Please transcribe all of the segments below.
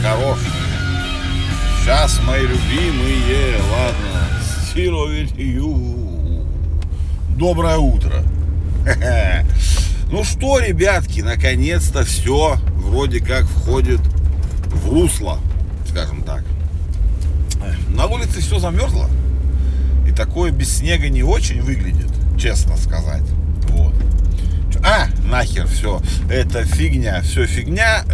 хорош. Сейчас мои любимые, ладно, Zero with you. Доброе утро. Ну что, ребятки, наконец-то все вроде как входит в русло, скажем так. На улице все замерзло, и такое без снега не очень выглядит, честно сказать. Вот. Нахер все, это фигня, все фигня.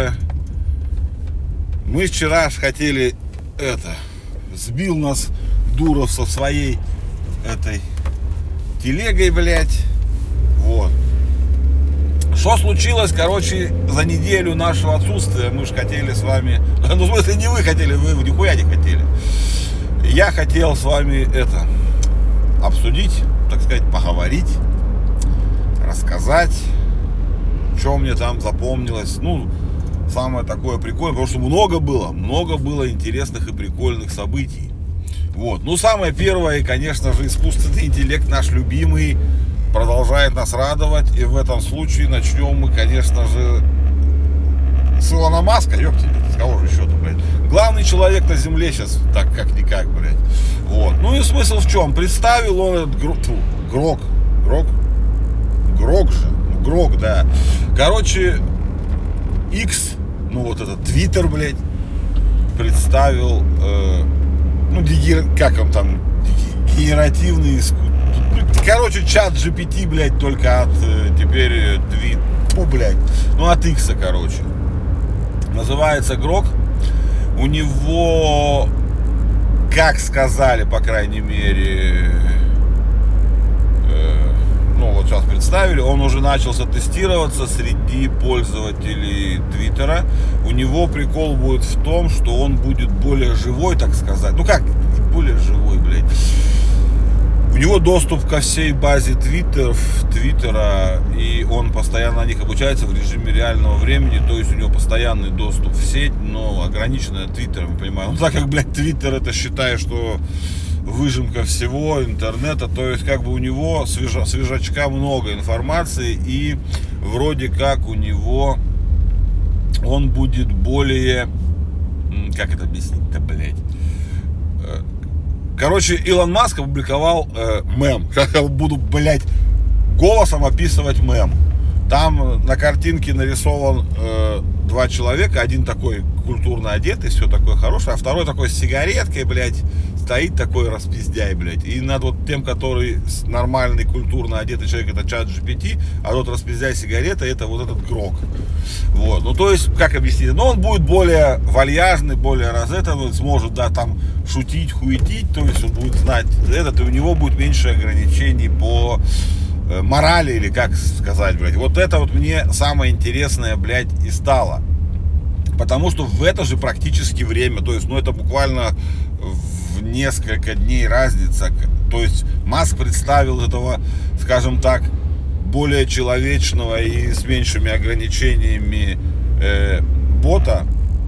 Мы вчера хотели сбил нас Дуров со своей этой телегой, блядь. Вот. Что случилось, короче, за неделю нашего отсутствия? Мы же хотели с вами... Ну, в смысле, не вы хотели, вы нихуя не хотели. Я хотел с вами обсудить, так сказать, поговорить, рассказать, что мне там запомнилось. Ну, самое такое прикольное, потому что много было интересных и прикольных событий. Вот. Ну, самое первое, конечно же, искусственный интеллект, наш любимый, продолжает нас радовать. И в этом случае начнем мы, конечно же, с Илона Маска. Ёпти, с кого же еще-то, блядь. Главный человек на земле сейчас, так как-никак, блядь. Вот. Ну и смысл в чем? Представил он этот Грок, да. Короче, X, ну вот этот Twitter, блядь, представил, как он там, генеративный искусство. Короче, чат GPT, блядь, только от теперь от X, короче. Называется Грок. У него, как сказали, по крайней мере, вот сейчас представили, он уже начался тестироваться среди пользователей Твиттера. У него прикол будет в том, что он будет более живой, так сказать. Ну как, более живой, блядь. У него доступ ко всей базе Твиттера, и он постоянно на них обучается в режиме реального времени, то есть у него постоянный доступ в сеть, но ограниченная Твиттером, понимаю. Ну так как, блядь, Твиттер, это считай, что выжимка всего интернета, то есть как бы у него свежачка много информации, и вроде как у него он будет более, как это объяснить-то, блядь. Короче, Илон Маск опубликовал мем. Сейчас я буду, блядь, голосом описывать мем. Там на картинке нарисован два человека. Один такой культурно одетый, все такое хорошее, а второй такой с сигареткой, блядь, стоит такой распиздяй, блядь. И над вот тем, который нормальный, культурно одетый человек, это чат GPT, а тот распиздяй сигарета, это вот этот Грок. Вот. Ну, то есть, как объяснить? Ну, он будет более вальяжный, более он сможет, да, там, шутить, хуетить, то есть он будет знать этот, и у него будет меньше ограничений по морали, или как сказать, блядь. Вот это вот мне самое интересное, блядь, и стало. Потому что в это же практически время, то есть, ну, это буквально в несколько дней разница. То есть Маск представил этого, скажем так, более человечного и с меньшими ограничениями бота,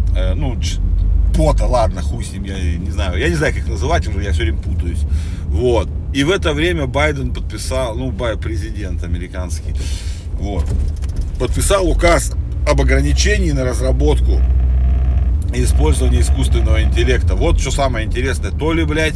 бота, ладно, хуй с ним, я не знаю, как называть уже, я все время путаюсь. Вот. И в это время Байден подписал, президент американский, вот, подписал указ об ограничении на разработку и использование искусственного интеллекта. Вот что самое интересное. То ли, блядь,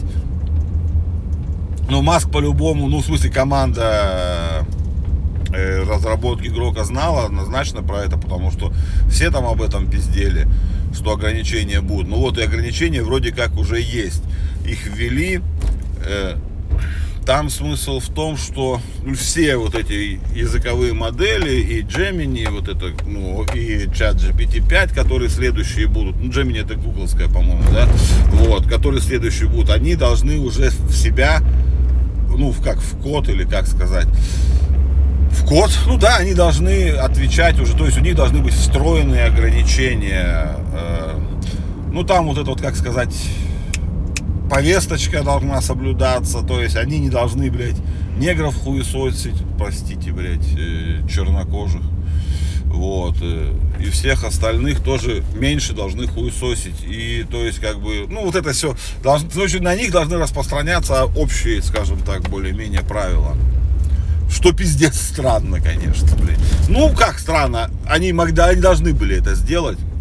Маск по-любому, в смысле команда разработки Грока знала однозначно про это, потому что все там об этом пиздели, что ограничения будут. Ну вот и ограничения вроде как уже есть. Их ввели. Там смысл в том, что все вот эти языковые модели, и Gemini, вот это, и чат GPT-5, которые следующие будут, Gemini это гугловская, по-моему, да, вот, которые следующие будут, они должны уже в себя, в код, или как сказать, в код, они должны отвечать уже, то есть у них должны быть встроенные ограничения, там вот это вот, как сказать, повесточка должна соблюдаться, то есть они не должны, блядь, негров хуесосить, простите, блядь, чернокожих, вот, и всех остальных тоже меньше должны хуесосить, и, то есть, как бы, вот это все, на них должны распространяться общие, скажем так, более-менее правила, что пиздец странно, конечно, блядь, как странно, они должны были это сделать,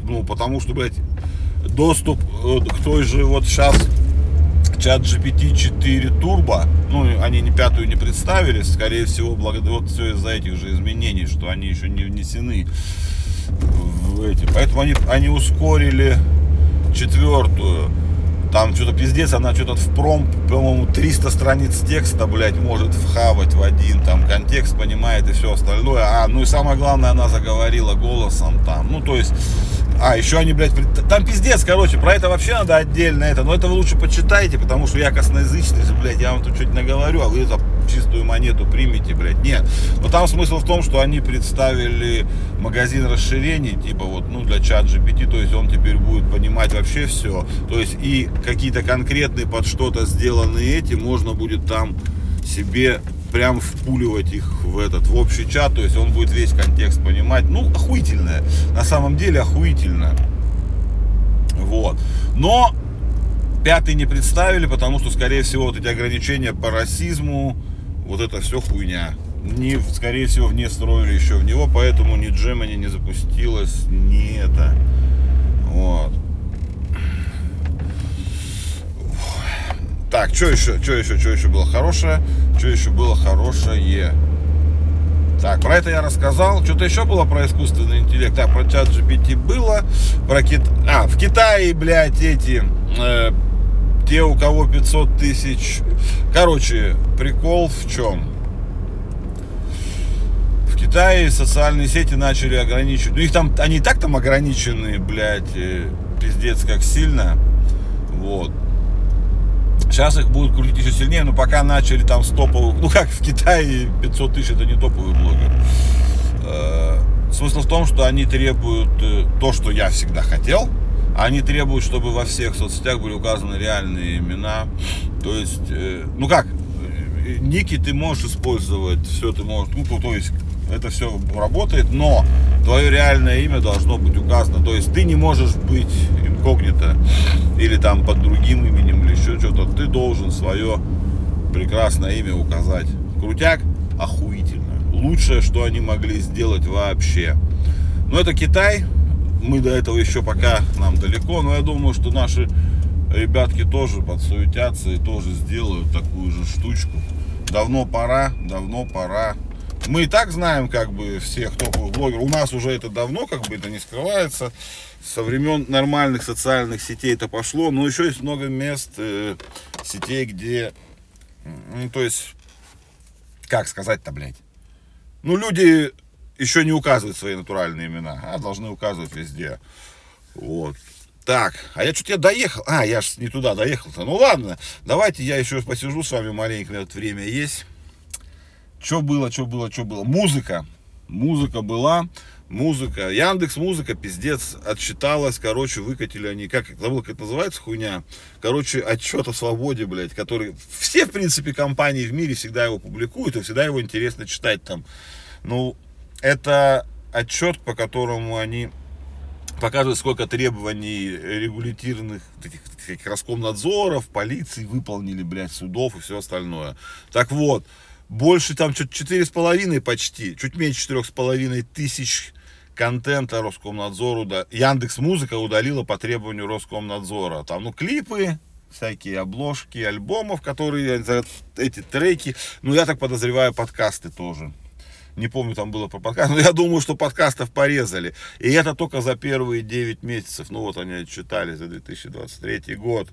Ну, потому что, блядь, доступ к той же вот сейчас чат GPT 4 Turbo, ну, они не пятую не представили, скорее всего, благодаря вот все из-за этих же изменений, что они еще не внесены в эти. Поэтому они ускорили четвертую. Там что-то пиздец, она что-то в промп, по-моему, 300 страниц текста, блядь, может вхавать в один, там, контекст понимает и все остальное. Ну и самое главное, она заговорила голосом там, ну, то есть, еще они, блядь, там пиздец, короче, про это вообще надо отдельно это, но это вы лучше почитайте, потому что я косноязычный, блядь, я вам тут что-то наговорю, а вы это чистую монету примите, блядь, нет. Но там смысл в том, что они представили магазин расширений, типа вот, ну, для чат GPT, то есть он теперь будет понимать вообще все, то есть и какие-то конкретные под что-то сделанные эти, можно будет там себе прям впуливать их в общий чат, то есть он будет весь контекст понимать. Ну, охуительно, на самом деле охуительно. Вот. Но пятый не представили, потому что, скорее всего, вот эти ограничения по расизму, вот это все хуйня. Скорее всего, не строили еще в него, поэтому ни Gemini не запустилось, ни это. Вот. Так, что еще было хорошее? Что еще было хорошее? Так, про это я рассказал. Что-то еще было про искусственный интеллект. Про чат GPT было. В Китае, блядь, те, у кого 500 тысяч. Короче, прикол в чем? В Китае социальные сети начали ограничивать. Ну, их там, они и так там ограничены, блядь, пиздец как сильно. Вот. Сейчас их будут крутить еще сильнее, но пока начали там с топовых, ну как в Китае 500 тысяч это не топовый блогер. Смысл в том, что они требуют то, что я всегда хотел. Они требуют, чтобы во всех соцсетях были указаны реальные имена. То есть, ники ты можешь использовать, все ты можешь, то есть это все работает, но твое реальное имя должно быть указано. То есть ты не можешь быть инкогнито или там под другим именем или еще что-то. Ты должен свое прекрасное имя указать. Крутяк, охуительно. Лучшее, что они могли сделать вообще. Но это Китай. Мы до этого еще пока нам далеко. Но я думаю, что наши ребятки тоже подсуетятся и тоже сделают такую же штучку. Давно пора. Мы и так знаем, как бы, всех топовых блогеров. У нас уже это давно, как бы, это не скрывается. Со времен нормальных социальных сетей это пошло. Но еще есть много мест, сетей, где, то есть, как сказать-то, блядь. Люди еще не указывают свои натуральные имена, а должны указывать везде. Вот. Так, а я что-то доехал. Я ж не туда доехал-то. Ну ладно, давайте я еще посижу с вами маленько, это время есть. Что было? Музыка была. Яндекс.Музыка, пиздец, отсчиталась, выкатили они, забыл, как это называется, хуйня. Отчет о свободе, блядь, который все, в принципе, компании в мире всегда его публикуют, и всегда его интересно читать там. Это отчет, по которому они показывают, сколько требований регуляторных таких Роскомнадзоров, полиции выполнили, блядь, судов и все остальное. Так вот, больше там что-то 4,5 почти, чуть меньше 4,5 тысяч контента Роскомнадзору, Яндекс.Музыка удалила по требованию Роскомнадзора. Там, клипы, всякие обложки альбомов, которые, эти треки, я так подозреваю, подкасты тоже. Не помню, там было про подкаст, но я думаю, что подкастов порезали. И это только за первые 9 месяцев. Они отчитали за 2023 год.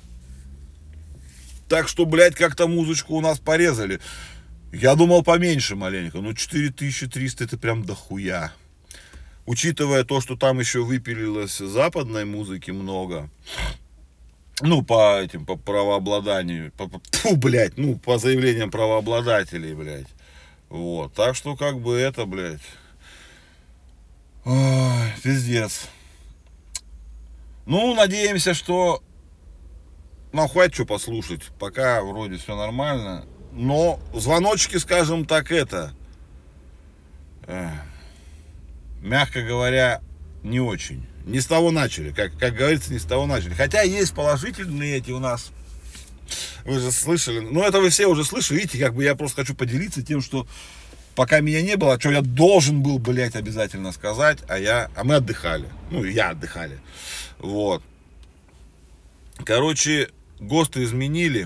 Так что, блядь, как-то музычку у нас порезали. Я думал поменьше маленько, 4300 это прям дохуя. Учитывая то, что там еще выпилилось западной музыки много. По правообладанию. По заявлениям правообладателей, блядь. Вот, так что это, блядь. Ой, пиздец. Надеемся, что нам хватит что послушать. Пока вроде все нормально. Но звоночки, скажем так, мягко говоря, не очень. Не с того начали, как говорится, не с того начали. Хотя есть положительные эти у нас. Вы же слышали, это вы все уже слышали, видите, я просто хочу поделиться тем, что пока меня не было, что я должен был, блядь, обязательно сказать, а мы отдыхали. Ну, я отдыхали. Вот. Короче, ГОСТы изменили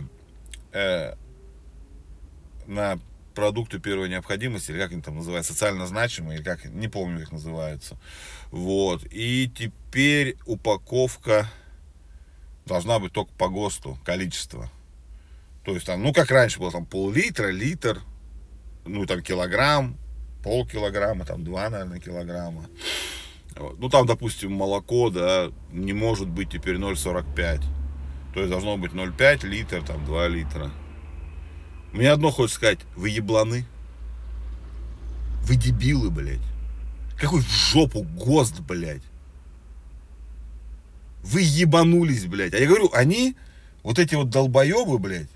на продукты первой необходимости, или как они там называются, социально значимые, или как, не помню, как называются. Вот. И теперь упаковка должна быть только по ГОСТу, количество. То есть там, ну как раньше было, там пол-литра, литр, ну там килограмм, полкилограмма, там 2, наверное, килограмма. Вот. Ну там, допустим, молоко, да, не может быть теперь 0,45. То есть должно быть 0,5 литра, там 2 литра. Мне одно хочется сказать, вы ебланы. Вы дебилы, блядь. Какой в жопу ГОСТ, блядь. Вы ебанулись, блядь. А я говорю, они, вот эти вот долбоебы, блядь,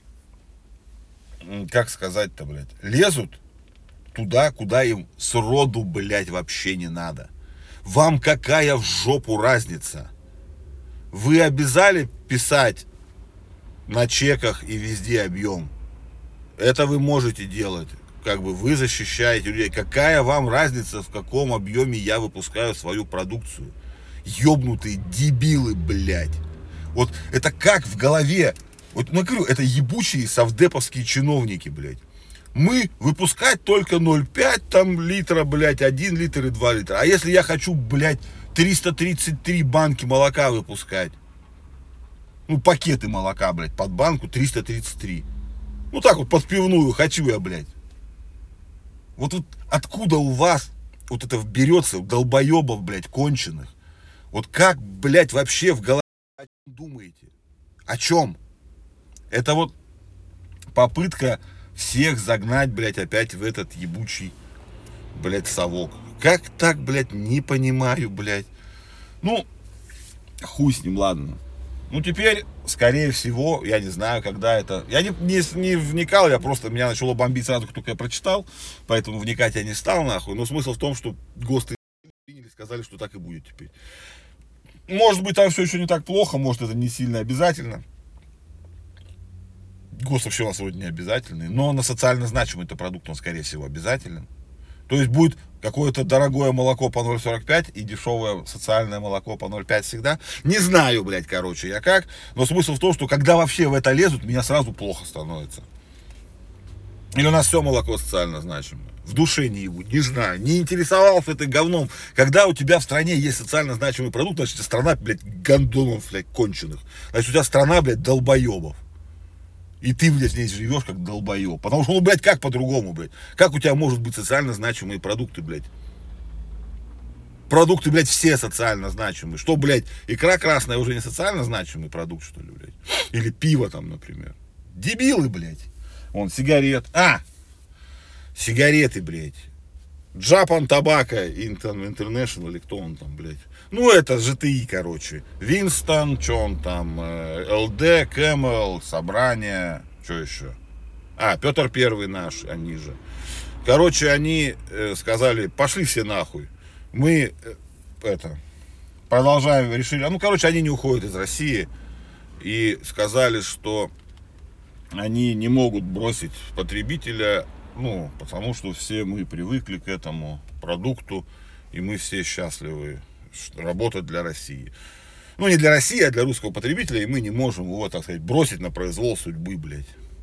как сказать-то, блядь, лезут туда, куда им сроду, блядь, вообще не надо. Вам какая в жопу разница? Вы обязали писать на чеках и везде объем. Это вы можете делать. Как бы вы защищаете людей. Какая вам разница, в каком объеме я выпускаю свою продукцию? Ёбнутые дебилы, блядь. Вот это как в голове. Вот, ну, я говорю, это ебучие совдеповские чиновники, блядь. Мы выпускать только 0,5 там литра, блядь, 1 литр и 2 литра. А если я хочу, блядь, 333 банки молока выпускать? Ну, пакеты молока, блядь, под банку 333. Ну, так вот, под пивную хочу я, блядь. Вот откуда у вас вот это берется, долбоебов, блядь, конченых? Вот как, блядь, вообще в голове о чем думаете? О чем? Это вот попытка всех загнать, блядь, опять в этот ебучий, блядь, совок. Как так, блядь, не понимаю, блядь. Ну, хуй с ним, ладно. Ну, теперь, скорее всего, я не знаю, когда это... Я не вникал, я просто... Меня начало бомбить сразу, как только я прочитал, поэтому вникать я не стал, нахуй. Но смысл в том, что ГОСТы приняли, сказали, что так и будет теперь. Может быть, там все еще не так плохо, может, это не сильно обязательно. ГОСТ вообще у нас вроде не обязательный, но на социально значимый продукт он, скорее всего, обязателен. То есть будет какое-то дорогое молоко по 0,45 и дешевое социальное молоко по 0,5 всегда. Не знаю, блядь, короче, я как. Но смысл в том, что когда вообще в это лезут, меня сразу плохо становится. Или у нас все молоко социально значимое. В душе не ебу, не знаю, не интересовался этой говном. Когда у тебя в стране есть социально значимый продукт, значит, страна, блядь, гондонов, блядь, конченых. Значит, у тебя страна, блядь, долбоебов. И ты, блядь, в ней живешь как долбоеб. Потому что, ну, блядь, как по-другому, блядь? Как у тебя может быть социально значимые продукты, блядь? Продукты, блядь, все социально значимые. Что, блядь, икра красная уже не социально значимый продукт, что ли, блядь? Или пиво там, например. Дебилы, блядь. Вон, сигарет. Сигареты, блядь. Japan Tobacco International, или кто он там, блядь. Ну, это GTI, короче. Винстон, что он там, ЛД, Кэмел, Собрание, что еще? Петр Первый наш, они же. Короче, они сказали, пошли все нахуй. Мы, продолжаем, решили, они не уходят из России. И сказали, что они не могут бросить потребителя, ну, потому что все мы привыкли к этому продукту, и мы все счастливы работать для России. Ну, не для России, а для русского потребителя, и мы не можем его, так сказать, бросить на произвол судьбы, блядь.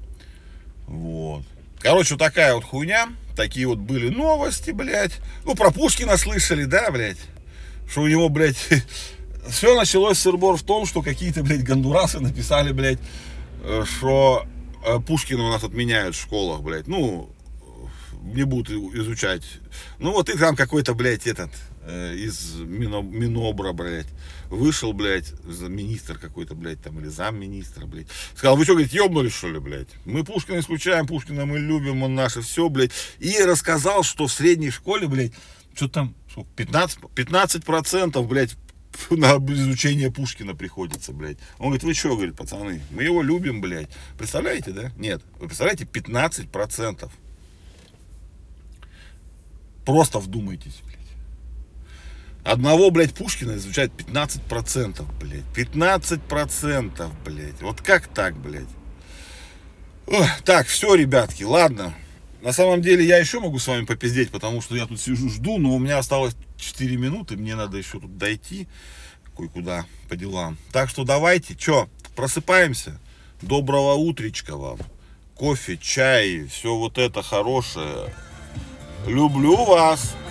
Вот. Короче, вот такая вот хуйня, такие вот были новости, блядь. Ну, про Пушкина слышали, да, блядь? Что у него, блядь, все началось, сыр-бор, в том, что какие-то, блядь, гондурасы написали, блядь, что Пушкина у нас отменяют в школах, блядь. Ну, не будут изучать. Ну, вот и там какой-то, блядь, из Минобра, блядь, вышел, блядь, министр какой-то, блядь, там, или замминистра, блядь. Сказал, вы что, говорит, ёбнулись, что ли, блядь? Мы Пушкина исключаем, Пушкина мы любим, он наше все, блядь. И рассказал, что в средней школе, блядь, что там, 15%, блядь, на изучение Пушкина приходится, блядь. Он говорит, вы что, говорит, пацаны, мы его любим, блядь. Представляете, да? Нет, вы представляете, 15%. Просто вдумайтесь, блядь. Одного, блядь, Пушкина изучает 15%, блядь. 15%, блядь. Вот как так, блядь? Ох, так, все, ребятки, ладно. На самом деле я еще могу с вами попиздеть, потому что я тут сижу, жду, но у меня осталось 4 минуты, мне надо еще тут дойти кое-куда по делам. Так что давайте, что, просыпаемся. Доброго утречка вам. Кофе, чай, все вот это хорошее. Люблю вас.